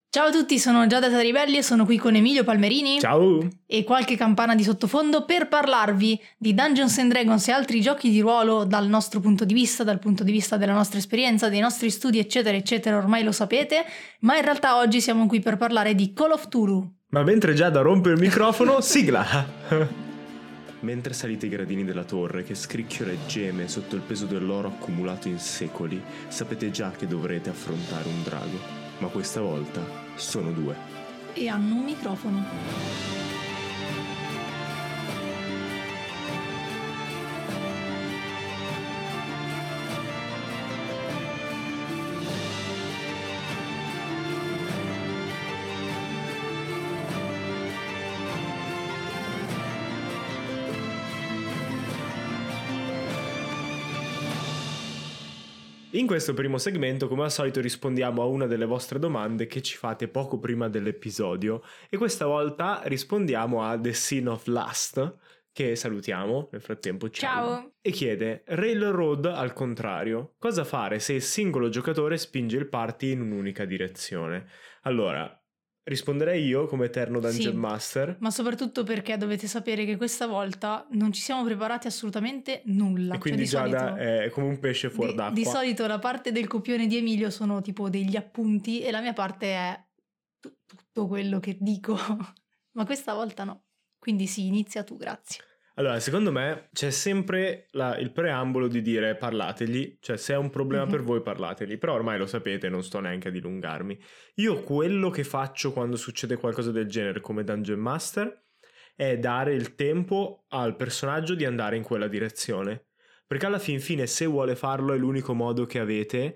Ciao a tutti, sono Giada Taribelli e sono qui con Emilio Palmerini. Ciao! E qualche campana di sottofondo per parlarvi di Dungeons and Dragons e altri giochi di ruolo dal nostro punto di vista, dal punto di vista della nostra esperienza, dei nostri studi, eccetera, eccetera, ormai lo sapete, ma in realtà oggi siamo qui per parlare di Call of Cthulhu. Ma mentre Giada rompe il microfono, sigla! Mentre salite i gradini della torre che scricchiola e geme sotto il peso dell'oro accumulato in secoli, sapete già che dovrete affrontare un drago. Ma questa volta sono due. E hanno un microfono. In questo primo segmento, come al solito, rispondiamo a una delle vostre domande che ci fate poco prima dell'episodio e questa volta rispondiamo a The Sin of Lust, che salutiamo nel frattempo. Ciao! E chiede: Railroad al contrario, cosa fare se il singolo giocatore spinge il party in un'unica direzione? Allora, risponderei io come eterno Dungeon Master. Ma soprattutto perché dovete sapere che questa volta non ci siamo preparati assolutamente nulla. E quindi Giada è come un pesce fuor d'acqua. Di solito la parte del copione di Emilio sono tipo degli appunti e la mia parte è tutto quello che dico. Ma questa volta no. Quindi sì, inizia tu, grazie. Allora, secondo me c'è sempre il preambolo di dire parlategli, cioè se è un problema per voi parlategli, però ormai lo sapete, non sto neanche a dilungarmi. Io quello che faccio quando succede qualcosa del genere come Dungeon Master è dare il tempo al personaggio di andare in quella direzione, perché alla fin fine se vuole farlo è l'unico modo che avete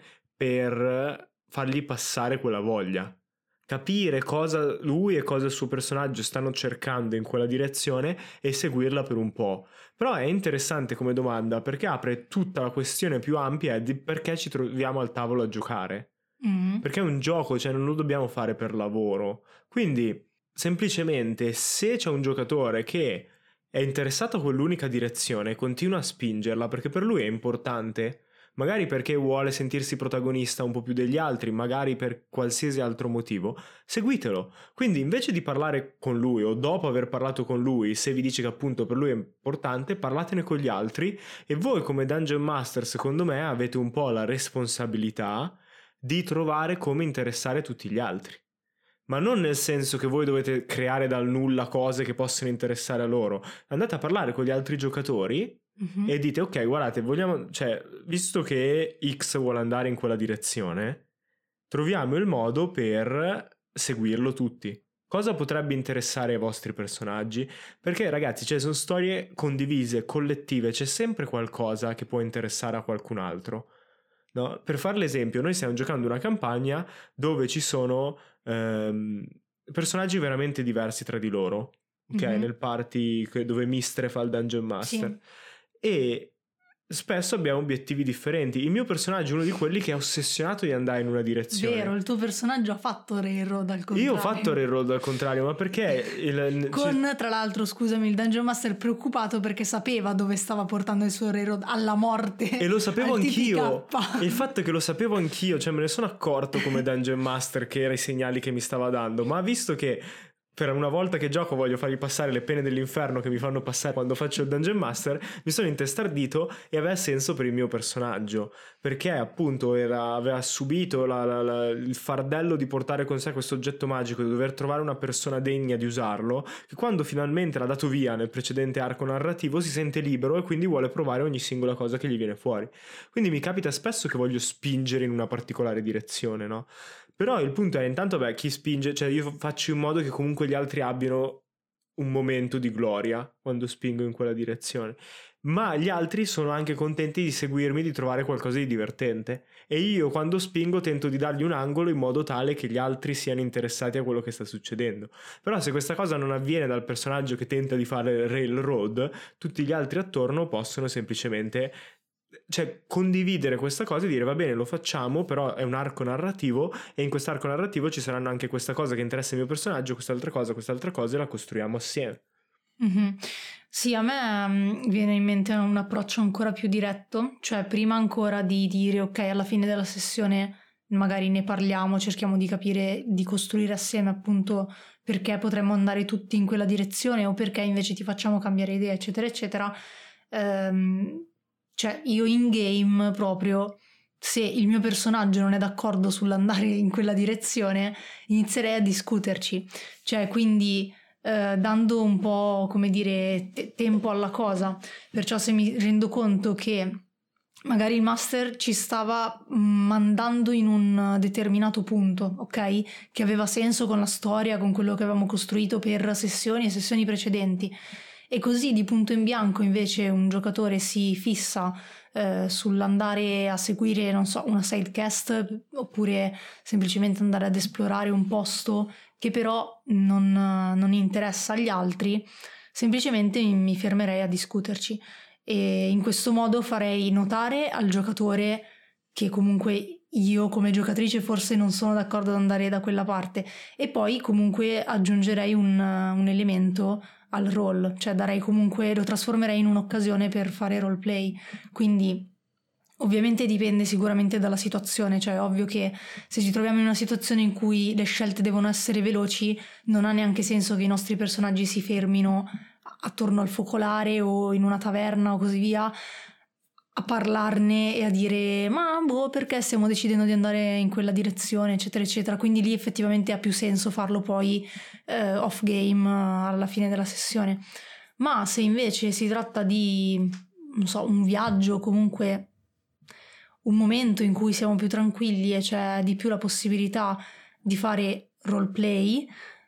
per fargli passare quella voglia. Capire cosa lui e cosa il suo personaggio stanno cercando in quella direzione e seguirla per un po'. Però è interessante come domanda perché apre tutta la questione più ampia di perché ci troviamo al tavolo a giocare. Perché è un gioco, cioè non lo dobbiamo fare per lavoro. Quindi semplicemente se c'è un giocatore che è interessato a quell'unica direzione e continua a spingerla perché per lui è importante, magari perché vuole sentirsi protagonista un po' più degli altri, magari per qualsiasi altro motivo, seguitelo. Quindi invece di parlare con lui o dopo aver parlato con lui, se vi dice che appunto per lui è importante, parlatene con gli altri e voi come Dungeon Master, secondo me, avete un po' la responsabilità di trovare come interessare tutti gli altri. Ma non nel senso che voi dovete creare dal nulla cose che possono interessare a loro. Andate a parlare con gli altri giocatori e dite ok, guardate, vogliamo, cioè, visto che X vuole andare in quella direzione, troviamo il modo per seguirlo tutti. Cosa potrebbe interessare ai vostri personaggi? Perché ragazzi, cioè, sono storie condivise, collettive, c'è sempre qualcosa che può interessare a qualcun altro. No? Per fare l'esempio, noi stiamo giocando una campagna dove ci sono personaggi veramente diversi tra di loro, ok? Nel party dove Mistre fa il Dungeon Master. Sì. E spesso abbiamo obiettivi differenti. Il mio personaggio è uno di quelli che è ossessionato di andare in una direzione. Vero, il tuo personaggio ha fatto Railroad al contrario. Io ho fatto Railroad al contrario, ma perché? Tra l'altro, scusami, il Dungeon Master preoccupato perché sapeva dove stava portando il suo Railroad, alla morte. E lo sapevo anch'io. E il fatto è che lo sapevo anch'io, cioè me ne sono accorto come Dungeon Master che era i segnali che mi stava dando, ma visto che per una volta che gioco voglio fargli passare le pene dell'inferno che mi fanno passare quando faccio il Dungeon Master, mi sono intestardito e aveva senso per il mio personaggio, perché appunto aveva subito il fardello di portare con sé questo oggetto magico, di dover trovare una persona degna di usarlo, che quando finalmente l'ha dato via nel precedente arco narrativo si sente libero e quindi vuole provare ogni singola cosa che gli viene fuori. Quindi mi capita spesso che voglio spingere in una particolare direzione, no? Però il punto è intanto, chi spinge, cioè io faccio in modo che comunque gli altri abbiano un momento di gloria quando spingo in quella direzione, ma gli altri sono anche contenti di seguirmi, di trovare qualcosa di divertente e io quando spingo tento di dargli un angolo in modo tale che gli altri siano interessati a quello che sta succedendo. Però se questa cosa non avviene dal personaggio che tenta di fare Railroad, tutti gli altri attorno possono semplicemente condividere questa cosa e dire va bene, lo facciamo, però è un arco narrativo e in quest'arco narrativo ci saranno anche questa cosa che interessa il mio personaggio, quest'altra cosa e la costruiamo assieme. Sì, a me viene in mente un approccio ancora più diretto, cioè prima ancora di dire ok, alla fine della sessione magari ne parliamo, cerchiamo di capire, di costruire assieme appunto perché potremmo andare tutti in quella direzione o perché invece ti facciamo cambiare idea, eccetera, eccetera. Cioè io in game proprio, se il mio personaggio non è d'accordo sull'andare in quella direzione, inizierei a discuterci. Cioè, quindi dando un po', come dire, tempo alla cosa. Perciò se mi rendo conto che magari il master ci stava mandando in un determinato punto, ok? Che aveva senso con la storia, con quello che avevamo costruito per sessioni e sessioni precedenti. E così di punto in bianco invece un giocatore si fissa sull'andare a seguire, non so, una sidecast oppure semplicemente andare ad esplorare un posto che però non interessa agli altri, semplicemente mi fermerei a discuterci. E in questo modo farei notare al giocatore che comunque io come giocatrice forse non sono d'accordo ad andare da quella parte, e poi comunque aggiungerei un elemento al role, cioè darei comunque, lo trasformerei in un'occasione per fare roleplay. Quindi ovviamente dipende sicuramente dalla situazione, cioè è ovvio che se ci troviamo in una situazione in cui le scelte devono essere veloci, non ha neanche senso che i nostri personaggi si fermino attorno al focolare o in una taverna o così via a parlarne e a dire ma perché stiamo decidendo di andare in quella direzione, eccetera eccetera. Quindi lì effettivamente ha più senso farlo poi off game alla fine della sessione. Ma se invece si tratta di, non so, un viaggio, comunque un momento in cui siamo più tranquilli e c'è di più la possibilità di fare roleplay,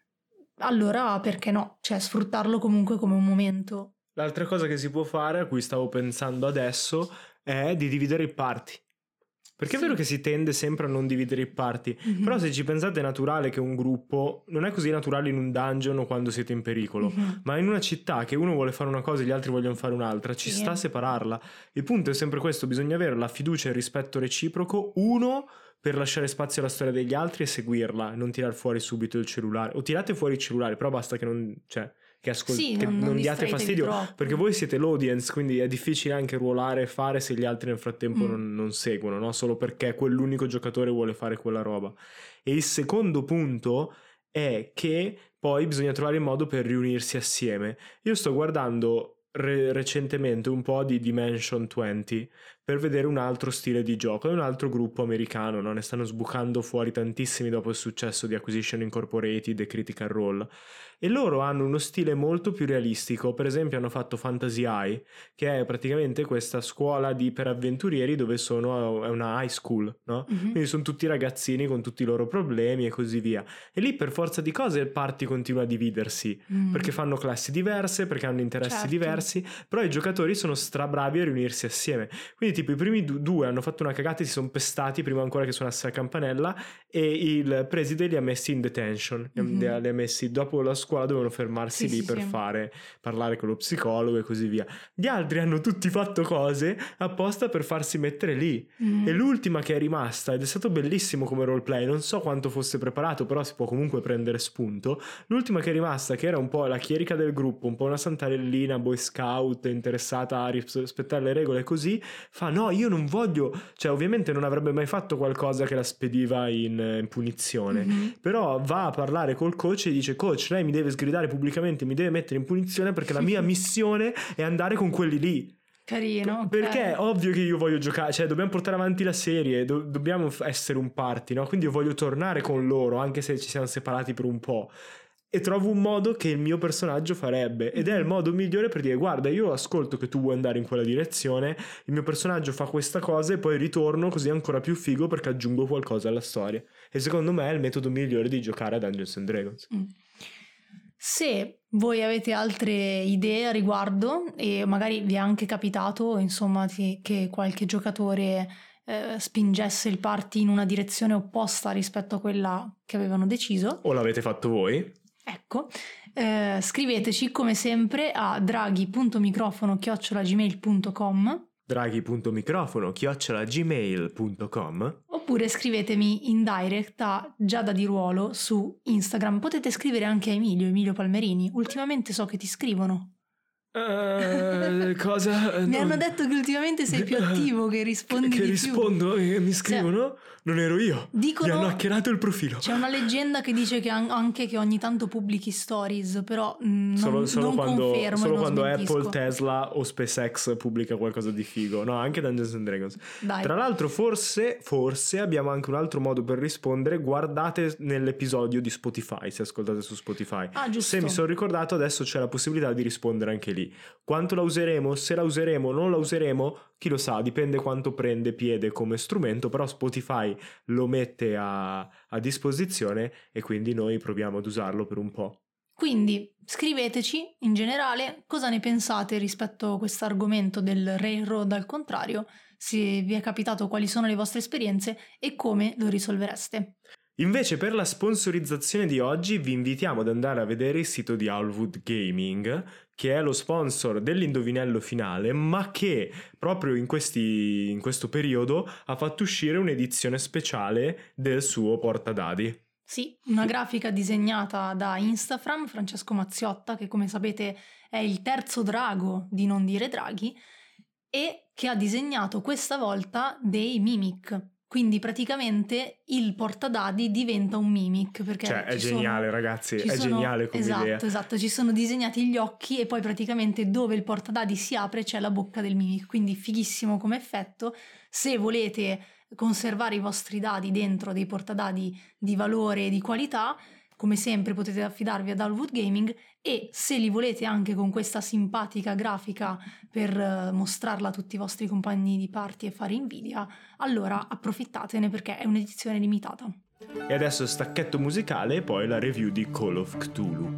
allora perché no? Cioè sfruttarlo comunque come un momento. L'altra cosa che si può fare, a cui stavo pensando adesso, è di dividere i party. Perché è vero che si tende sempre a non dividere i party, però se ci pensate è naturale che un gruppo non è così naturale in un dungeon o quando siete in pericolo, ma in una città che uno vuole fare una cosa e gli altri vogliono fare un'altra, ci sta a separarla. Il punto è sempre questo, bisogna avere la fiducia e il rispetto reciproco, uno per lasciare spazio alla storia degli altri e seguirla, non tirar fuori subito il cellulare, o tirate fuori il cellulare, però basta che non... cioè che non diate fastidio troppo. Perché voi siete l'audience, quindi è difficile anche ruolare e fare se gli altri nel frattempo non seguono, no? Solo perché quell'unico giocatore vuole fare quella roba. E il secondo punto è che poi bisogna trovare il modo per riunirsi assieme. Io sto guardando recentemente un po' di Dimension 20 per vedere un altro stile di gioco, è un altro gruppo americano, no? Ne stanno sbucando fuori tantissimi dopo il successo di Acquisition Incorporated e Critical Role, e loro hanno uno stile molto più realistico. Per esempio hanno fatto Fantasy High, che è praticamente questa scuola per avventurieri dove è una high school, no? Quindi sono tutti ragazzini con tutti i loro problemi e così via, e lì per forza di cose il party continua a dividersi perché fanno classi diverse, perché hanno interessi diversi, però i giocatori sono strabravi a riunirsi assieme. Quindi tipo i primi due hanno fatto una cagata e si sono pestati prima ancora che suonasse la campanella, e il preside li ha messi in detention, li ha messi dopo la scuola, dovevano fermarsi lì per parlare con lo psicologo e così via. Gli altri hanno tutti fatto cose apposta per farsi mettere lì, e l'ultima che è rimasta, ed è stato bellissimo come roleplay, non so quanto fosse preparato, però si può comunque prendere spunto, l'ultima che è rimasta, che era un po' la chierica del gruppo, un po' una santarellina boy scout interessata a rispettare le regole, così fa no, io non voglio, cioè ovviamente non avrebbe mai fatto qualcosa che la spediva in punizione, però va a parlare col coach e dice: coach, lei mi deve sgridare pubblicamente, mi deve mettere in punizione perché la mia missione è andare con quelli lì. Carino, perché è ovvio che io voglio giocare, cioè dobbiamo portare avanti la serie, dobbiamo essere un party, no? Quindi io voglio tornare con loro anche se ci siamo separati per un po', e trovo un modo che il mio personaggio farebbe, ed è il modo migliore per dire: guarda, io ascolto che tu vuoi andare in quella direzione, il mio personaggio fa questa cosa e poi ritorno, così è ancora più figo perché aggiungo qualcosa alla storia. E secondo me è il metodo migliore di giocare a Dungeons and Dragons. Se voi avete altre idee a riguardo e magari vi è anche capitato, insomma, che qualche giocatore spingesse il party in una direzione opposta rispetto a quella che avevano deciso, o l'avete fatto voi, ecco, scriveteci come sempre a draghi.microfono@gmail.com draghi.microfono@gmail.com oppure scrivetemi in direct a Giada Di Ruolo su Instagram. Potete scrivere anche a Emilio Palmerini, ultimamente so che ti scrivono. Cosa? Mi hanno detto che ultimamente sei più attivo, che rispondi che di rispondo più. e mi scrivono? Non ero io. Dicono, mi hanno hackerato il profilo. C'è una leggenda che dice che anche che ogni tanto pubblichi stories, però non quando, confermo solo e non quando smentisco. Apple, Tesla o SpaceX pubblica qualcosa di figo. No, anche Dungeons and Dragons. Dai. Tra l'altro forse abbiamo anche un altro modo per rispondere. Guardate nell'episodio di Spotify, se ascoltate su Spotify. Ah, giusto. Se mi sono ricordato, adesso c'è la possibilità di rispondere anche lì. Quanto la useremo? Se la useremo, non la useremo? Chi lo sa, dipende quanto prende piede come strumento, però Spotify lo mette a disposizione e quindi noi proviamo ad usarlo per un po'. Quindi scriveteci in generale cosa ne pensate rispetto a questo argomento del railroad al contrario, se vi è capitato, quali sono le vostre esperienze e come lo risolvereste. Invece per la sponsorizzazione di oggi vi invitiamo ad andare a vedere il sito di Owlwood Gaming, che è lo sponsor dell'indovinello finale, ma che proprio in questo periodo ha fatto uscire un'edizione speciale del suo portadadi. Sì, una grafica disegnata da Instafram, Francesco Mazziotta, che come sapete è il terzo drago di Non dire draghi, e che ha disegnato questa volta dei mimic. Quindi praticamente il portadadi diventa un mimic, perché cioè è geniale, ragazzi, è geniale come idea. Esatto, ci sono disegnati gli occhi e poi praticamente dove il portadadi si apre c'è la bocca del mimic, quindi fighissimo come effetto. Se volete conservare i vostri dadi dentro dei portadadi di valore e di qualità, come sempre potete affidarvi ad Owlwood Gaming, e se li volete anche con questa simpatica grafica per mostrarla a tutti i vostri compagni di party e fare invidia, allora approfittatene perché è un'edizione limitata. E adesso stacchetto musicale e poi la review di Call of Cthulhu.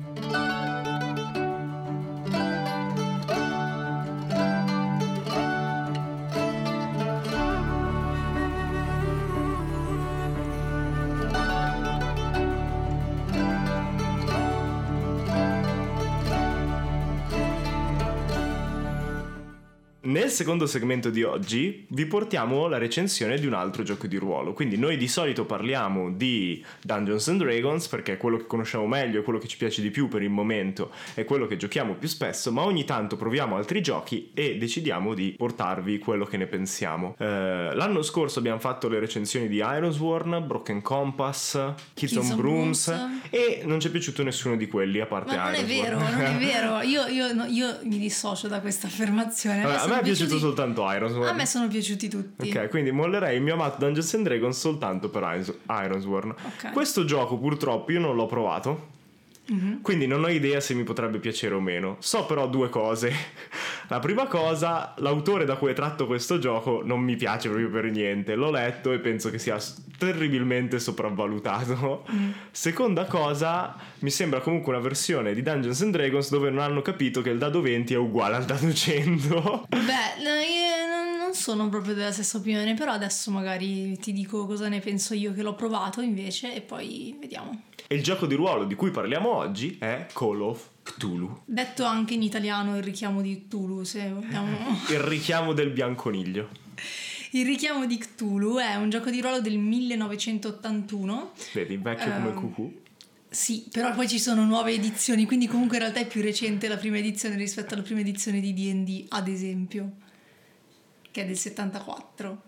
Nel secondo segmento di oggi vi portiamo la recensione di un altro gioco di ruolo. Quindi noi di solito parliamo di Dungeons and Dragons perché è quello che conosciamo meglio, è quello che ci piace di più per il momento, è quello che giochiamo più spesso, ma ogni tanto proviamo altri giochi e decidiamo di portarvi quello che ne pensiamo. L'anno scorso abbiamo fatto le recensioni di Ironsworn, Broken Compass, Kids on Brooms e non ci è piaciuto nessuno di quelli a parte Ironsworn. Ma non è vero, io mi dissocio da questa affermazione. Vabbè, a me è piaciuto soltanto Ironsworn. A me sono piaciuti tutti. Ok, quindi mollerei il mio amato Dungeons and Dragons soltanto per Ironsworn. Okay. Questo gioco purtroppo io non l'ho provato, quindi non ho idea se mi potrebbe piacere o meno. So però due cose. La prima cosa, l'autore da cui è tratto questo gioco non mi piace proprio per niente. L'ho letto e penso che sia terribilmente sopravvalutato. Seconda cosa, mi sembra comunque una versione di Dungeons and Dragons dove non hanno capito che il dado 20 è uguale al dado 100. Beh, io non sono proprio della stessa opinione, però adesso magari ti dico cosa ne penso io che l'ho provato invece e poi vediamo. E il gioco di ruolo di cui parliamo oggi è Call of Cthulhu. Detto anche in italiano il richiamo di Cthulhu, se vogliamo. Il richiamo del bianconiglio. Il richiamo di Cthulhu è un gioco di ruolo del 1981. Vedi, vecchio come cucù. Sì, però poi ci sono nuove edizioni, quindi comunque in realtà è più recente la prima edizione rispetto alla prima edizione di D&D, ad esempio, che è del 74.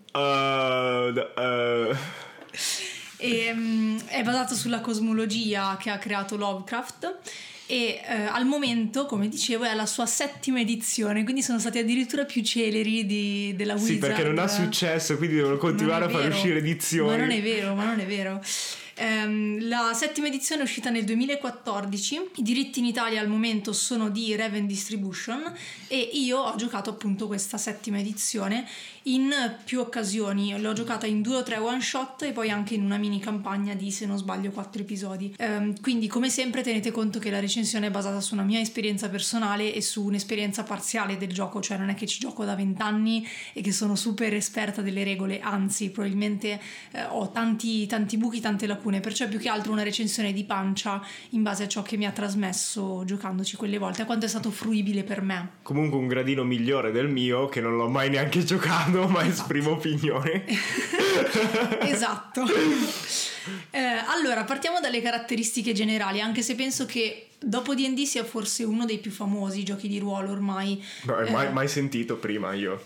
È basato sulla cosmologia che ha creato Lovecraft e al momento, come dicevo, è alla sua 7ª edizione, quindi sono stati addirittura più celeri della Wizard. Sì, perché non ha successo, quindi devono continuare a far uscire edizioni. Ma non è vero. La 7ª edizione è uscita nel 2014, i diritti in Italia al momento sono di Raven Distribution e io ho giocato appunto questa 7ª edizione in più occasioni. L'ho giocata in 2 o 3 one shot e poi anche in una mini campagna di, se non sbaglio, 4 episodi. Quindi come sempre tenete conto che la recensione è basata su una mia esperienza personale e su un'esperienza parziale del gioco, cioè non è che ci gioco da 20 anni e che sono super esperta delle regole, anzi probabilmente ho tanti buchi, tante lacune, perciò è più che altro una recensione di pancia in base a ciò che mi ha trasmesso giocandoci quelle volte, a quanto è stato fruibile per me. Comunque un gradino migliore del mio, che non l'ho mai neanche giocato, ma esprimo opinione. Esatto. Allora, partiamo dalle caratteristiche generali, anche se penso che dopo D&D sia forse uno dei più famosi giochi di ruolo ormai. No, mai sentito prima io.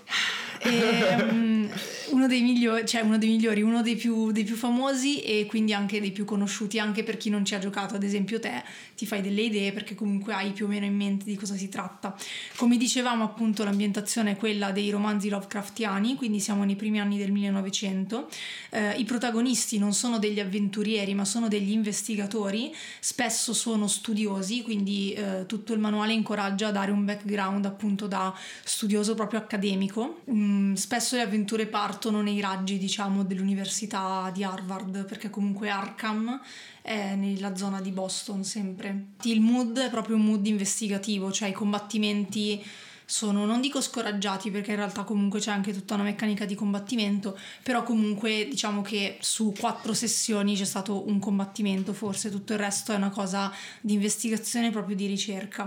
Uno dei migliori, uno dei più famosi e quindi anche dei più conosciuti, anche per chi non ci ha giocato. Ad esempio te ti fai delle idee perché comunque hai più o meno in mente di cosa si tratta. Come dicevamo, appunto, l'ambientazione è quella dei romanzi Lovecraftiani, quindi siamo nei primi anni del 1900. I protagonisti non sono degli avventurieri ma sono degli investigatori, spesso sono studiosi, quindi tutto il manuale incoraggia a dare un background appunto da studioso proprio accademico. Spesso le avventure partono nei raggi, diciamo, dell'università di Harvard, perché comunque Arkham è nella zona di Boston sempre. Il mood è proprio un mood investigativo, cioè i combattimenti sono, non dico scoraggiati perché in realtà comunque c'è anche tutta una meccanica di combattimento, però comunque diciamo che su 4 sessioni c'è stato un combattimento, forse tutto il resto è una cosa di investigazione, proprio di ricerca.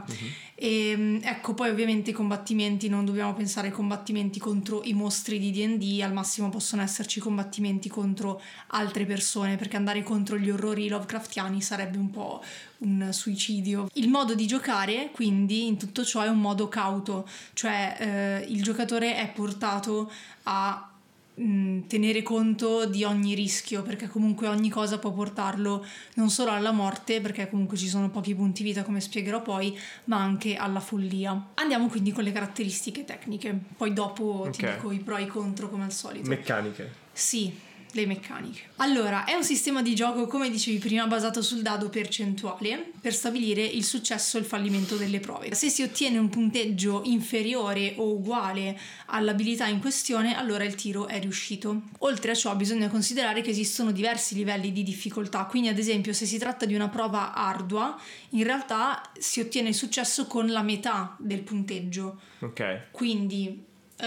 E ecco, poi ovviamente i combattimenti, non dobbiamo pensare ai combattimenti contro i mostri di D&D, al massimo possono esserci combattimenti contro altre persone, perché andare contro gli orrori Lovecraftiani sarebbe un po' un suicidio. Il modo di giocare quindi in tutto ciò è un modo cauto, cioè il giocatore è portato a tenere conto di ogni rischio, perché comunque ogni cosa può portarlo non solo alla morte, perché comunque ci sono pochi punti vita come spiegherò poi, ma anche alla follia. Andiamo quindi con le caratteristiche tecniche, poi dopo ti dico i pro e i contro come al solito. Meccaniche. Sì, le meccaniche. Allora, è un sistema di gioco, come dicevi prima, basato sul dado percentuale per stabilire il successo e il fallimento delle prove. Se si ottiene un punteggio inferiore o uguale all'abilità in questione, allora il tiro è riuscito. Oltre a ciò bisogna considerare che esistono diversi livelli di difficoltà, quindi ad esempio se si tratta di una prova ardua, in realtà si ottiene il successo con la metà del punteggio. Ok. Quindi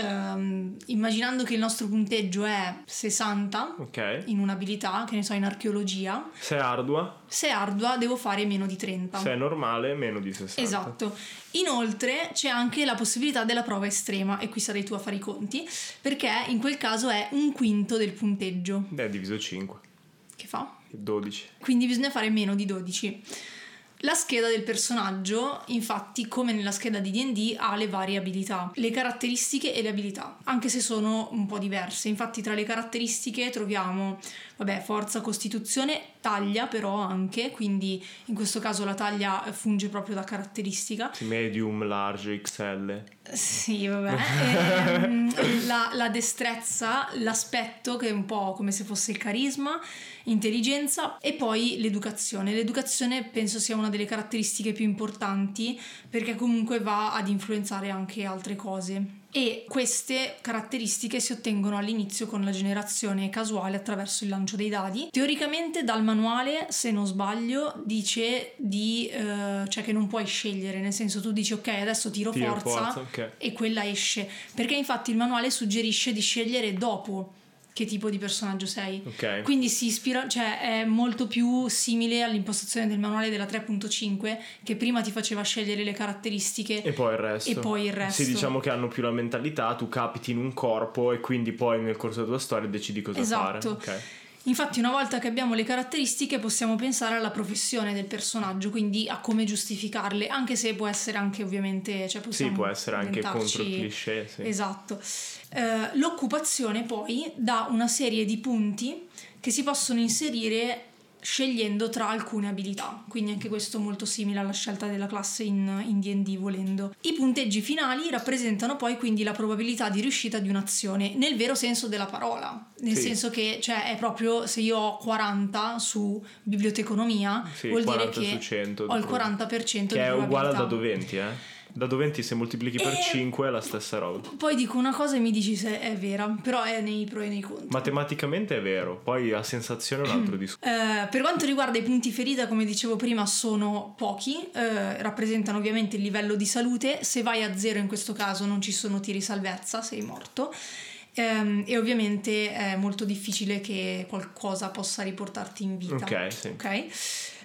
immaginando che il nostro punteggio è 60 in un'abilità, che ne so, in archeologia, se è ardua devo fare meno di 30, se è normale meno di 60. Esatto. Inoltre c'è anche la possibilità della prova estrema, e qui sarei tu a fare i conti, perché in quel caso è 1/5 del punteggio. Diviso 5 che fa? 12. Quindi bisogna fare meno di 12. La scheda del personaggio, infatti, come nella scheda di D&D, ha le varie abilità, le caratteristiche e le abilità, anche se sono un po' diverse. Infatti tra le caratteristiche troviamo, forza, costituzione, taglia però anche, quindi in questo caso la taglia funge proprio da caratteristica. Medium, large, XL. Sì, la destrezza, l'aspetto che è un po' come se fosse il carisma, intelligenza, e poi l'educazione. L'educazione penso sia una delle caratteristiche più importanti, perché comunque va ad influenzare anche altre cose. E queste caratteristiche si ottengono all'inizio con la generazione casuale attraverso il lancio dei dadi. Teoricamente dal manuale, se non sbaglio, dice cioè che non puoi scegliere, nel senso tu dici ok, adesso tiro forza okay, e quella esce, perché infatti il manuale suggerisce di scegliere dopo che tipo di personaggio sei. Okay. Quindi si ispira, cioè è molto più simile all'impostazione del manuale della 3.5, che prima ti faceva scegliere le caratteristiche e poi il resto. Sì, diciamo che hanno più la mentalità, tu capiti in un corpo e quindi poi nel corso della tua storia decidi cosa fare. Esatto. Okay. Infatti una volta che abbiamo le caratteristiche possiamo pensare alla professione del personaggio, quindi a come giustificarle, anche se può essere anche ovviamente, cioè possiamo può essere anche contro il cliché, sì. Esatto. L'occupazione poi dà una serie di punti che si possono inserire scegliendo tra alcune abilità, quindi anche questo molto simile alla scelta della classe in D&D volendo. I punteggi finali rappresentano poi quindi la probabilità di riuscita di un'azione nel vero senso della parola, nel senso che cioè è proprio, se io ho 40 su biblioteconomia vuol dire che 100, ho il 40% che di è probabilità. Uguale a dado 20 Dado 20 se moltiplichi per 5 è la stessa roba. Poi dico una cosa e mi dici se è vera, però è nei pro e nei contro. Matematicamente è vero, poi a sensazione è un altro discorso. Per quanto riguarda i punti ferita, come dicevo prima, sono pochi, rappresentano ovviamente il livello di salute. Se vai a 0 in questo caso non ci sono tiri salvezza, sei morto. E ovviamente è molto difficile che qualcosa possa riportarti in vita. Ok, sì. Okay?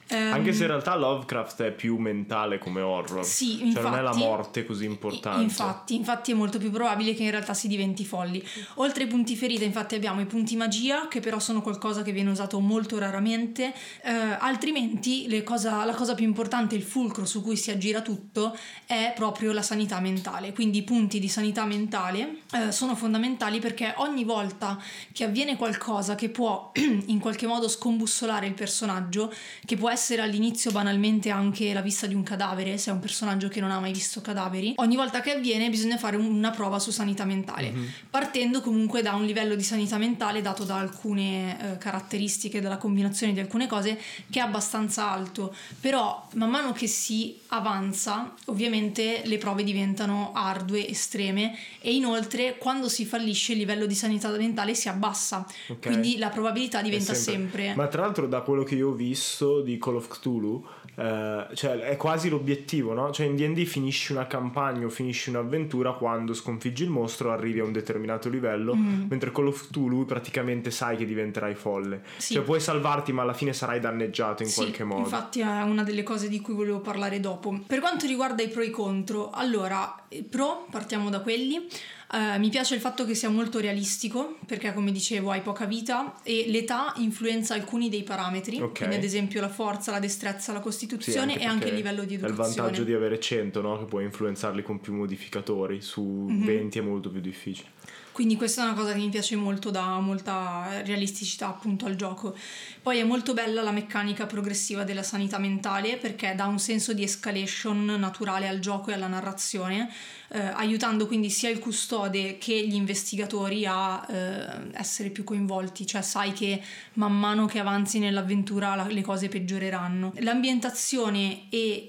Anche se in realtà Lovecraft è più mentale come horror. Sì, cioè infatti, non è la morte così importante. Infatti è molto più probabile che in realtà si diventi folli. Oltre ai punti ferita, infatti, abbiamo i punti magia, che però sono qualcosa che viene usato molto raramente. Altrimenti la cosa più importante, il fulcro su cui si aggira tutto, è proprio la sanità mentale. Quindi i punti di sanità mentale sono fondamentali, perché ogni volta che avviene qualcosa che può in qualche modo scombussolare il personaggio, che può essere all'inizio banalmente anche la vista di un cadavere, se è un personaggio che non ha mai visto cadaveri, ogni volta che avviene bisogna fare una prova su sanità mentale, partendo comunque da un livello di sanità mentale dato da alcune caratteristiche, dalla combinazione di alcune cose, che è abbastanza alto. Però man mano che si avanza ovviamente le prove diventano ardue, estreme, e inoltre quando si fallisce il livello di sanità mentale si abbassa, quindi la probabilità diventa sempre. Ma tra l'altro, da quello che io ho visto di Call of Cthulhu, cioè è quasi l'obiettivo, no? Cioè in D&D finisci una campagna o finisci un'avventura quando sconfiggi il mostro, arrivi a un determinato livello, mentre Call of Cthulhu praticamente sai che diventerai folle. Sì. Cioè puoi salvarti, ma alla fine sarai danneggiato in qualche modo. Infatti è una delle cose di cui volevo parlare dopo. Per quanto riguarda i pro e i contro, allora, pro, partiamo da quelli. Mi piace il fatto che sia molto realistico, perché come dicevo hai poca vita e l'età influenza alcuni dei parametri, quindi ad esempio la forza, la destrezza, la costituzione e anche il livello di educazione. È il vantaggio di avere 100, no? Che puoi influenzarli con più modificatori, su 20 è molto più difficile. Quindi questa è una cosa che mi piace molto, dà molta realisticità appunto al gioco. Poi è molto bella la meccanica progressiva della sanità mentale, perché dà un senso di escalation naturale al gioco e alla narrazione, aiutando quindi sia il custode che gli investigatori a essere più coinvolti, cioè sai che man mano che avanzi nell'avventura le cose peggioreranno. L'ambientazione e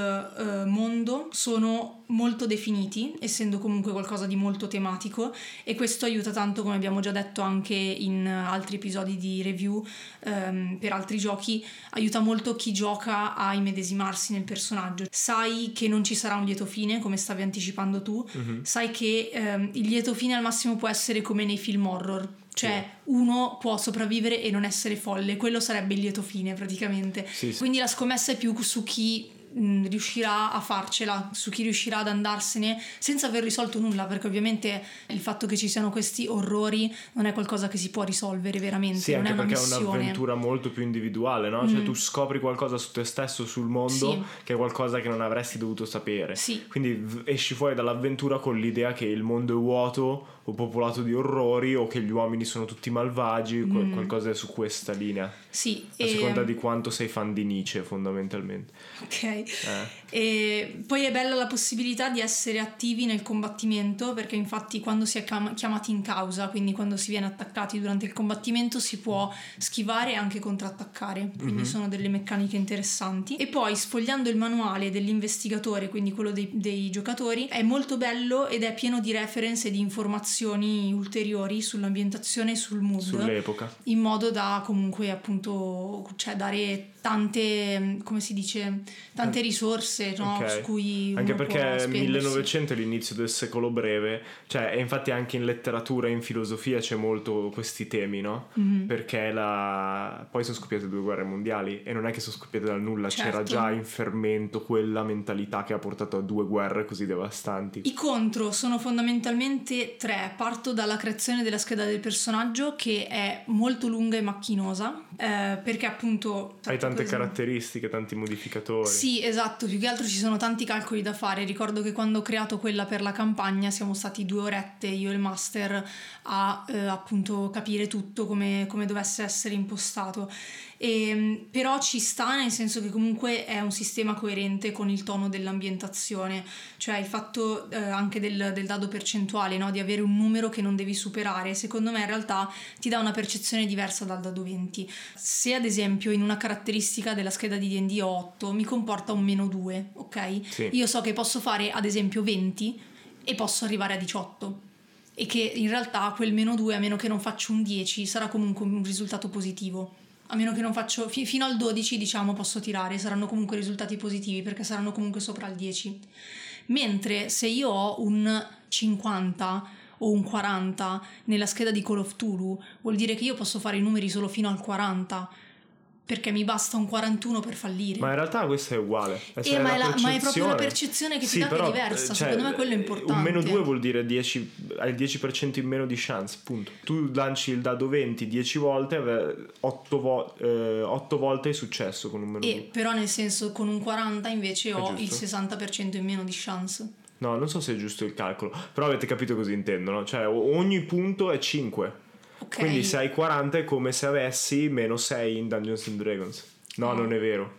il mondo sono molto definiti, essendo comunque qualcosa di molto tematico, e questo aiuta tanto, come abbiamo già detto anche in altri episodi di review per altri giochi, aiuta molto chi gioca a immedesimarsi nel personaggio. Sai che non ci sarà un lieto fine, come stavi anticipando tu, sai che il lieto fine al massimo può essere come nei film horror, cioè uno può sopravvivere e non essere folle, quello sarebbe il lieto fine praticamente. Quindi la scommessa è più su chi riuscirà a farcela, su chi riuscirà ad andarsene senza aver risolto nulla, perché ovviamente il fatto che ci siano questi orrori non è qualcosa che si può risolvere veramente, non è una missione. È un'avventura molto più individuale, no? Cioè tu scopri qualcosa su te stesso, sul mondo, che è qualcosa che non avresti dovuto sapere, quindi esci fuori dall'avventura con l'idea che il mondo è vuoto o popolato di orrori, o che gli uomini sono tutti malvagi, qualcosa su questa linea, a seconda di quanto sei fan di Nietzsche fondamentalmente. E poi è bella la possibilità di essere attivi nel combattimento, perché infatti quando si è chiamati in causa, quindi quando si viene attaccati durante il combattimento, si può schivare e anche contrattaccare, quindi sono delle meccaniche interessanti. E poi sfogliando il manuale dell'investigatore, quindi quello dei giocatori, è molto bello ed è pieno di reference e di informazioni ulteriori sull'ambientazione e sul mood, sull'epoca, in modo da comunque appunto, cioè dare tante, come si dice, tante risorse, no? Su cui uno anche può perché spendersi. 1900 è l'inizio del secolo breve, cioè, e infatti anche in letteratura e in filosofia c'è molto questi temi, no? Perché poi sono scoppiate 2 guerre mondiali e non è che sono scoppiate dal nulla, c'era già in fermento quella mentalità che ha portato a 2 guerre così devastanti. I contro sono fondamentalmente 3. Parto dalla creazione della scheda del personaggio, che è molto lunga e macchinosa, perché appunto hai tante caratteristiche, tanti modificatori. Sì, esatto, più che altro ci sono tanti calcoli da fare. Ricordo che quando ho creato quella per la campagna siamo stati 2 orette, io e il master, a appunto capire tutto come dovesse essere impostato. Però ci sta, nel senso che comunque è un sistema coerente con il tono dell'ambientazione, cioè il fatto anche del dado percentuale, no? Di avere un numero che non devi superare, secondo me in realtà ti dà una percezione diversa dal dado 20. Se ad esempio in una caratteristica della scheda di D&D ho 8, mi comporta un -2, ok? Sì. Io so che posso fare ad esempio 20 e posso arrivare a 18, e che in realtà quel -2, a meno che non faccio un 10, sarà comunque un risultato positivo. A meno che non faccio fino al 12, diciamo, posso tirare, saranno comunque risultati positivi perché saranno comunque sopra il 10. Mentre se io ho un 50 o un 40 nella scheda di Call of Cthulhu, vuol dire che io posso fare i numeri solo fino al 40. perché mi basta un 41 per fallire. Ma in realtà questo è uguale. Ma è proprio la percezione che ti dà che è diversa. Cioè, secondo me quello è importante. Un meno 2 vuol dire hai il 10% in meno di chance, punto. Tu lanci il dado 20 10 volte, 8 volte è successo con un meno 2. Però nel senso con un 40 invece ho il 60% in meno di chance. No, non so se è giusto il calcolo, però avete capito cosa intendo, no? Cioè ogni punto è 5. Okay. Quindi se hai 40 è come se avessi meno 6 in Dungeons and Dragons. No, non è vero.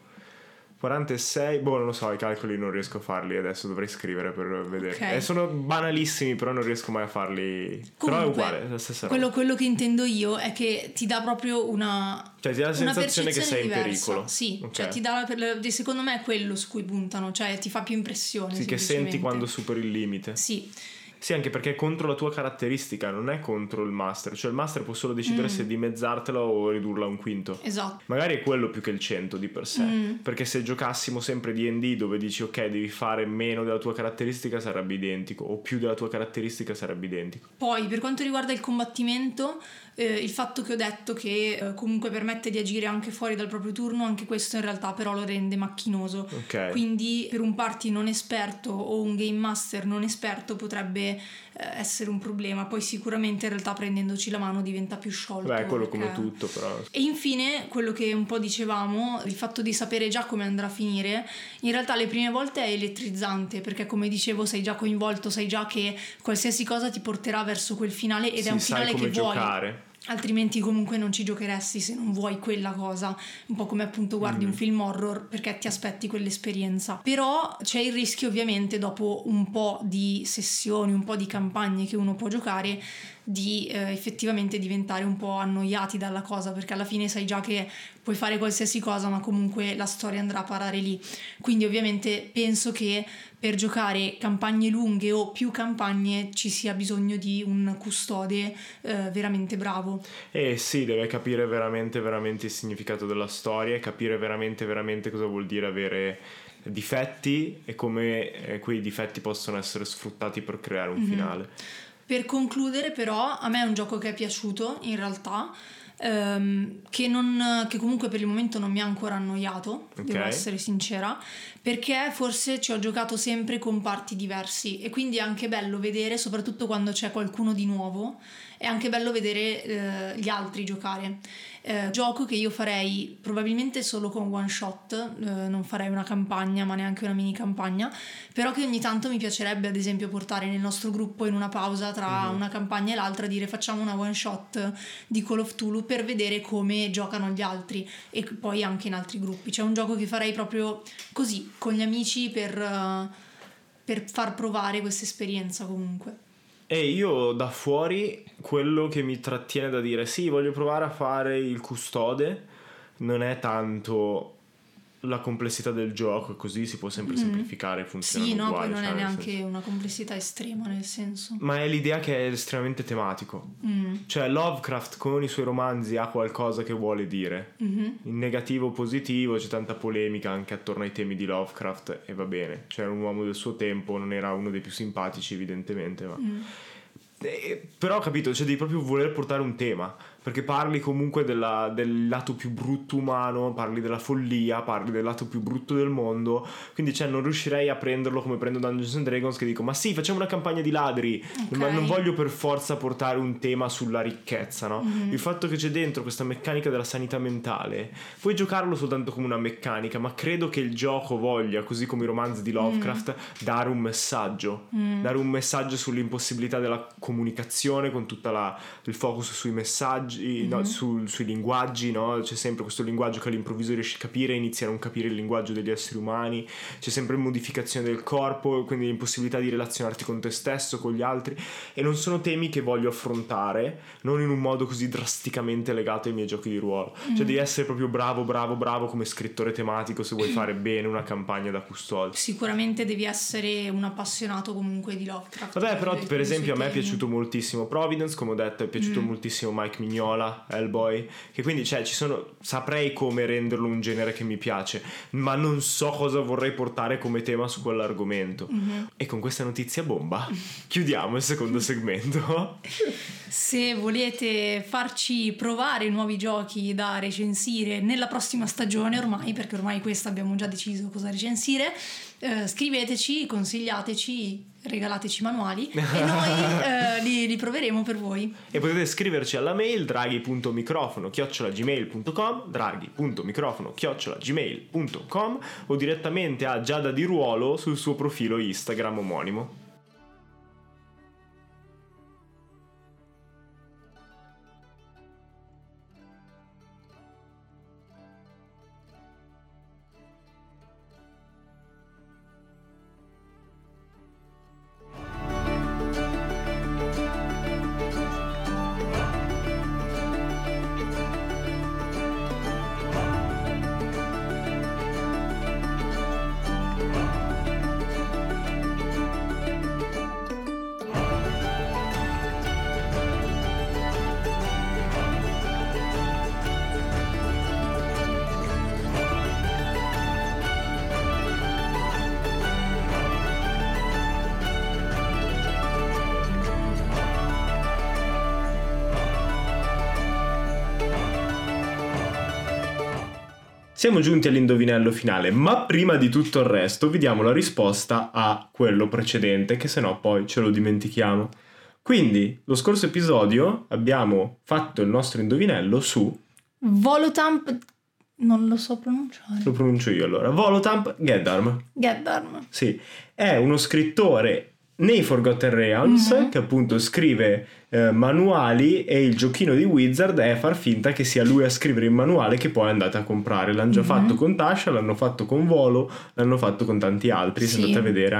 46, non lo so, i calcoli non riesco a farli, adesso dovrei scrivere per vedere. Okay. Sono banalissimi, però non riesco mai a farli. Comunque, però è uguale, è la stessa roba. Quello che intendo io è che ti dà proprio cioè ti dà la sensazione che sei diversa. In pericolo. Sì, okay. Cioè ti dà secondo me è quello su cui puntano, cioè ti fa più impressione. Sì, che senti quando superi il limite. Sì. Sì, anche perché è contro la tua caratteristica, non è contro il master. Cioè il master può solo decidere se dimezzartela o ridurla a un quinto. Esatto. Magari è quello più che il 100 di per sé. Perché se giocassimo sempre D&D dove dici ok, devi fare meno della tua caratteristica, sarebbe identico, o più della tua caratteristica sarebbe identico. Poi per quanto riguarda il combattimento, il fatto che ho detto che comunque permette di agire anche fuori dal proprio turno, anche questo in realtà però lo rende macchinoso. Okay. Quindi per un party non esperto o un game master non esperto potrebbe essere un problema. Poi sicuramente in realtà prendendoci la mano diventa più sciolto. Beh, quello come tutto però. E infine quello che un po' dicevamo, il fatto di sapere già come andrà a finire, in realtà le prime volte è elettrizzante, perché come dicevo sei già coinvolto, sai già che qualsiasi cosa ti porterà verso quel finale ed è un finale che vuoi giocare. Altrimenti comunque non ci giocheresti se non vuoi quella cosa, un po' come appunto guardi un film horror perché ti aspetti quell'esperienza. Però c'è il rischio ovviamente dopo un po' di sessioni, un po' di campagne che uno può giocare di effettivamente diventare un po' annoiati dalla cosa, perché alla fine sai già che puoi fare qualsiasi cosa ma comunque la storia andrà a parare lì. Quindi ovviamente penso che per giocare campagne lunghe o più campagne ci sia bisogno di un custode veramente bravo. Sì, deve capire veramente veramente il significato della storia e capire veramente veramente cosa vuol dire avere difetti e come quei difetti possono essere sfruttati per creare un finale. Per concludere però, a me è un gioco che è piaciuto in realtà, che comunque per il momento non mi ha ancora annoiato, devo essere sincera, perché forse ci ho giocato sempre con parti diversi e quindi è anche bello vedere, soprattutto quando c'è qualcuno di nuovo, è anche bello vedere gli altri giocare. Gioco che io farei probabilmente solo con one shot, non farei una campagna ma neanche una mini campagna, però che ogni tanto mi piacerebbe ad esempio portare nel nostro gruppo in una pausa tra una campagna e l'altra, dire facciamo una one shot di Call of Cthulhu per vedere come giocano gli altri e poi anche in altri gruppi. C'è un gioco che farei proprio così con gli amici per far provare questa esperienza comunque. E io da fuori quello che mi trattiene da dire sì, voglio provare a fare il custode non è tanto la complessità del gioco, così si può sempre semplificare, funziona sì, no, uguali, poi non è neanche una complessità estrema nel senso, ma è l'idea che è estremamente tematico. Cioè Lovecraft con i suoi romanzi ha qualcosa che vuole dire, in negativo o positivo, c'è tanta polemica anche attorno ai temi di Lovecraft e va bene, cioè era un uomo del suo tempo, non era uno dei più simpatici evidentemente, ma però capito, cioè devi proprio voler portare un tema, perché parli comunque del lato più brutto umano, parli della follia, parli del lato più brutto del mondo, quindi cioè non riuscirei a prenderlo come prendo Dungeons and Dragons che dico ma sì, facciamo una campagna di ladri, ma non voglio per forza portare un tema sulla ricchezza, no? Il fatto che c'è dentro questa meccanica della sanità mentale, puoi giocarlo soltanto come una meccanica, ma credo che il gioco voglia, così come i romanzi di Lovecraft, dare un messaggio sull'impossibilità della comunicazione, con tutta il focus sui messaggi, no, sui linguaggi, no? C'è sempre questo linguaggio che all'improvviso riesci a capire e inizi a non capire il linguaggio degli esseri umani, c'è sempre modificazione del corpo, quindi l'impossibilità di relazionarti con te stesso, con gli altri, e non sono temi che voglio affrontare, non in un modo così drasticamente legato ai miei giochi di ruolo. Cioè devi essere proprio bravo come scrittore tematico se vuoi fare bene una campagna da custode. Sicuramente devi essere un appassionato comunque di Lovecraft. Vabbè, però per esempio a me è piaciuto moltissimo Providence, come ho detto, è piaciuto moltissimo Mike Mignola, Hellboy, che quindi cioè saprei come renderlo un genere che mi piace, ma non so cosa vorrei portare come tema su quell'argomento. E con questa notizia bomba chiudiamo il secondo segmento. Se volete farci provare nuovi giochi da recensire nella prossima stagione ormai, perché ormai questa abbiamo già deciso cosa recensire, scriveteci, consigliateci, regalateci manuali e noi li proveremo per voi. E potete scriverci alla mail draghi.microfono@gmail.com, draghi.microfono@gmail.com o direttamente a Giada Di Ruolo sul suo profilo Instagram omonimo. Siamo giunti all'indovinello finale, ma prima di tutto il resto vi diamo la risposta a quello precedente, che sennò poi ce lo dimentichiamo. Quindi, lo scorso episodio abbiamo fatto il nostro indovinello su... Volotamp... non lo so pronunciare. Lo pronuncio io allora. Volotamp Geddarm. Geddarm. Sì, è uno scrittore nei Forgotten Realms che appunto scrive manuali, e il giochino di Wizard è far finta che sia lui a scrivere il manuale che poi andate a comprare. L'hanno già fatto con Tasha, l'hanno fatto con Volo, l'hanno fatto con tanti altri. Se andate a vedere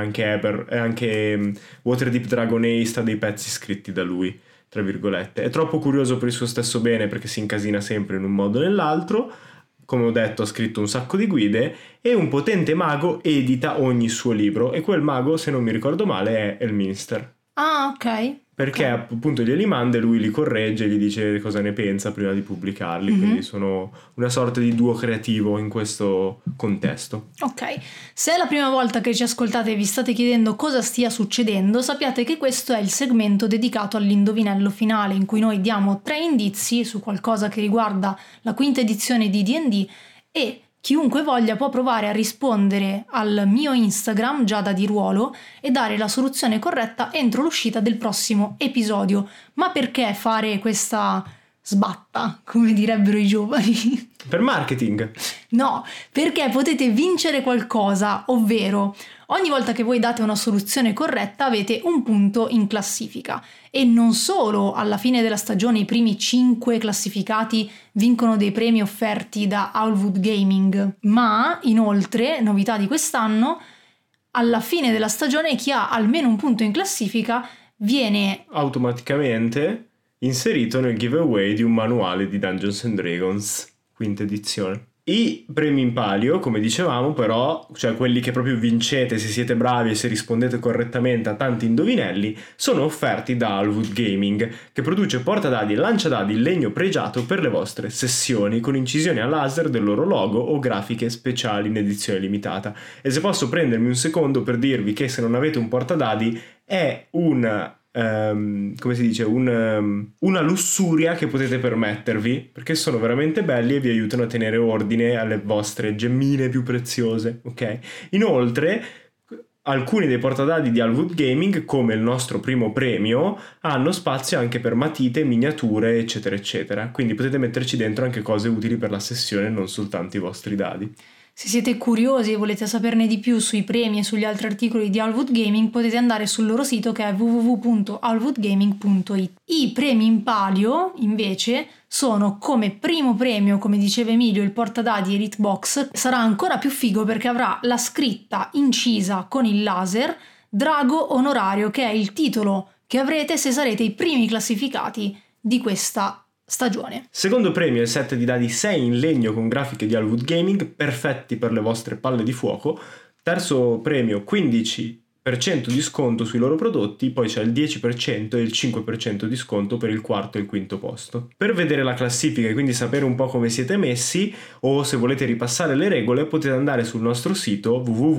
anche Waterdeep Dragon Ace ha dei pezzi scritti da lui, tra virgolette. È troppo curioso per il suo stesso bene perché si incasina sempre in un modo o nell'altro. Come ho detto, ha scritto un sacco di guide, e un potente mago edita ogni suo libro, e quel mago, se non mi ricordo male, è Elminster. Ah, ok. Perché appunto glieli manda e lui li corregge e gli dice cosa ne pensa prima di pubblicarli. Quindi sono una sorta di duo creativo in questo contesto. Ok, se è la prima volta che ci ascoltate e vi state chiedendo cosa stia succedendo, sappiate che questo è il segmento dedicato all'indovinello finale, in cui noi diamo 3 indizi su qualcosa che riguarda la quinta edizione di D&D, e chiunque voglia può provare a rispondere al mio Instagram, Giada Di Ruolo, e dare la soluzione corretta entro l'uscita del prossimo episodio. Ma perché fare questa sbatta, come direbbero i giovani? Per marketing. No, perché potete vincere qualcosa, ovvero ogni volta che voi date una soluzione corretta avete un punto in classifica, e non solo alla fine della stagione i primi 5 classificati vincono dei premi offerti da Owlwood Gaming, ma inoltre, novità di quest'anno, alla fine della stagione chi ha almeno un punto in classifica viene automaticamente inserito nel giveaway di un manuale di Dungeons and Dragons, quinta edizione. I premi in palio, come dicevamo, però, cioè quelli che proprio vincete se siete bravi e se rispondete correttamente a tanti indovinelli, sono offerti da Owlwood Gaming, che produce portadadi e lanciadadi in legno pregiato per le vostre sessioni, con incisioni a laser del loro logo o grafiche speciali in edizione limitata. E se posso prendermi un secondo per dirvi che se non avete un portadadi è come si dice, una lussuria che potete permettervi, perché sono veramente belli e vi aiutano a tenere ordine alle vostre gemmine più preziose, ok? Inoltre, alcuni dei portadadi di Owlwood Gaming, come il nostro primo premio, hanno spazio anche per matite, miniature, eccetera eccetera, quindi potete metterci dentro anche cose utili per la sessione, non soltanto i vostri dadi. Se siete curiosi e volete saperne di più sui premi e sugli altri articoli di Owlwood Gaming, potete andare sul loro sito, che è www.owlwoodgaming.it. I premi in palio, invece, sono come primo premio, come diceva Emilio, il portadadi Elite Box. Sarà ancora più figo perché avrà la scritta incisa con il laser Drago Onorario, che è il titolo che avrete se sarete i primi classificati di questa stagione. Secondo premio il set di dadi 6 in legno con grafiche di Owlwood Gaming, perfetti per le vostre palle di fuoco. Terzo premio 15 10% di sconto sui loro prodotti, poi c'è il 10% e il 5% di sconto per il quarto e il quinto posto. Per vedere la classifica e quindi sapere un po' come siete messi, o se volete ripassare le regole, potete andare sul nostro sito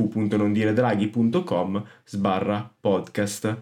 www.nondiredraghi.com/podcast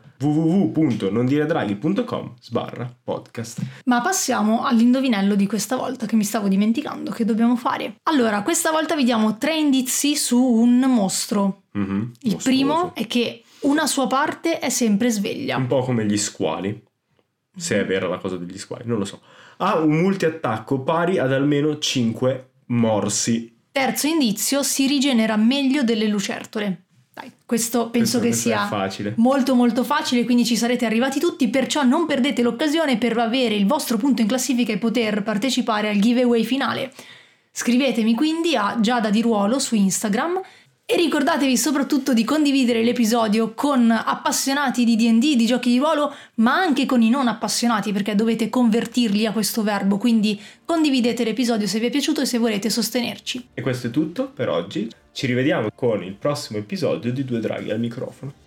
www.nondiredraghi.com/podcast. Ma passiamo all'indovinello di questa volta, che mi stavo dimenticando che dobbiamo fare. Allora, questa volta vi diamo 3 indizi su un mostro. Il primo è che una sua parte è sempre sveglia. Un po' come gli squali, se è vera la cosa degli squali, non lo so. Ha un multiattacco pari ad almeno 5 morsi. Terzo indizio, si rigenera meglio delle lucertole. Dai, questo penso che sia facile. Molto molto facile, quindi ci sarete arrivati tutti, perciò non perdete l'occasione per avere il vostro punto in classifica e poter partecipare al giveaway finale. Scrivetemi quindi a Giada Di Ruolo su Instagram e ricordatevi soprattutto di condividere l'episodio con appassionati di D&D, di giochi di ruolo, ma anche con i non appassionati, perché dovete convertirli a questo verbo, quindi condividete l'episodio se vi è piaciuto e se volete sostenerci. E questo è tutto per oggi, ci rivediamo con il prossimo episodio di Due Draghi al microfono.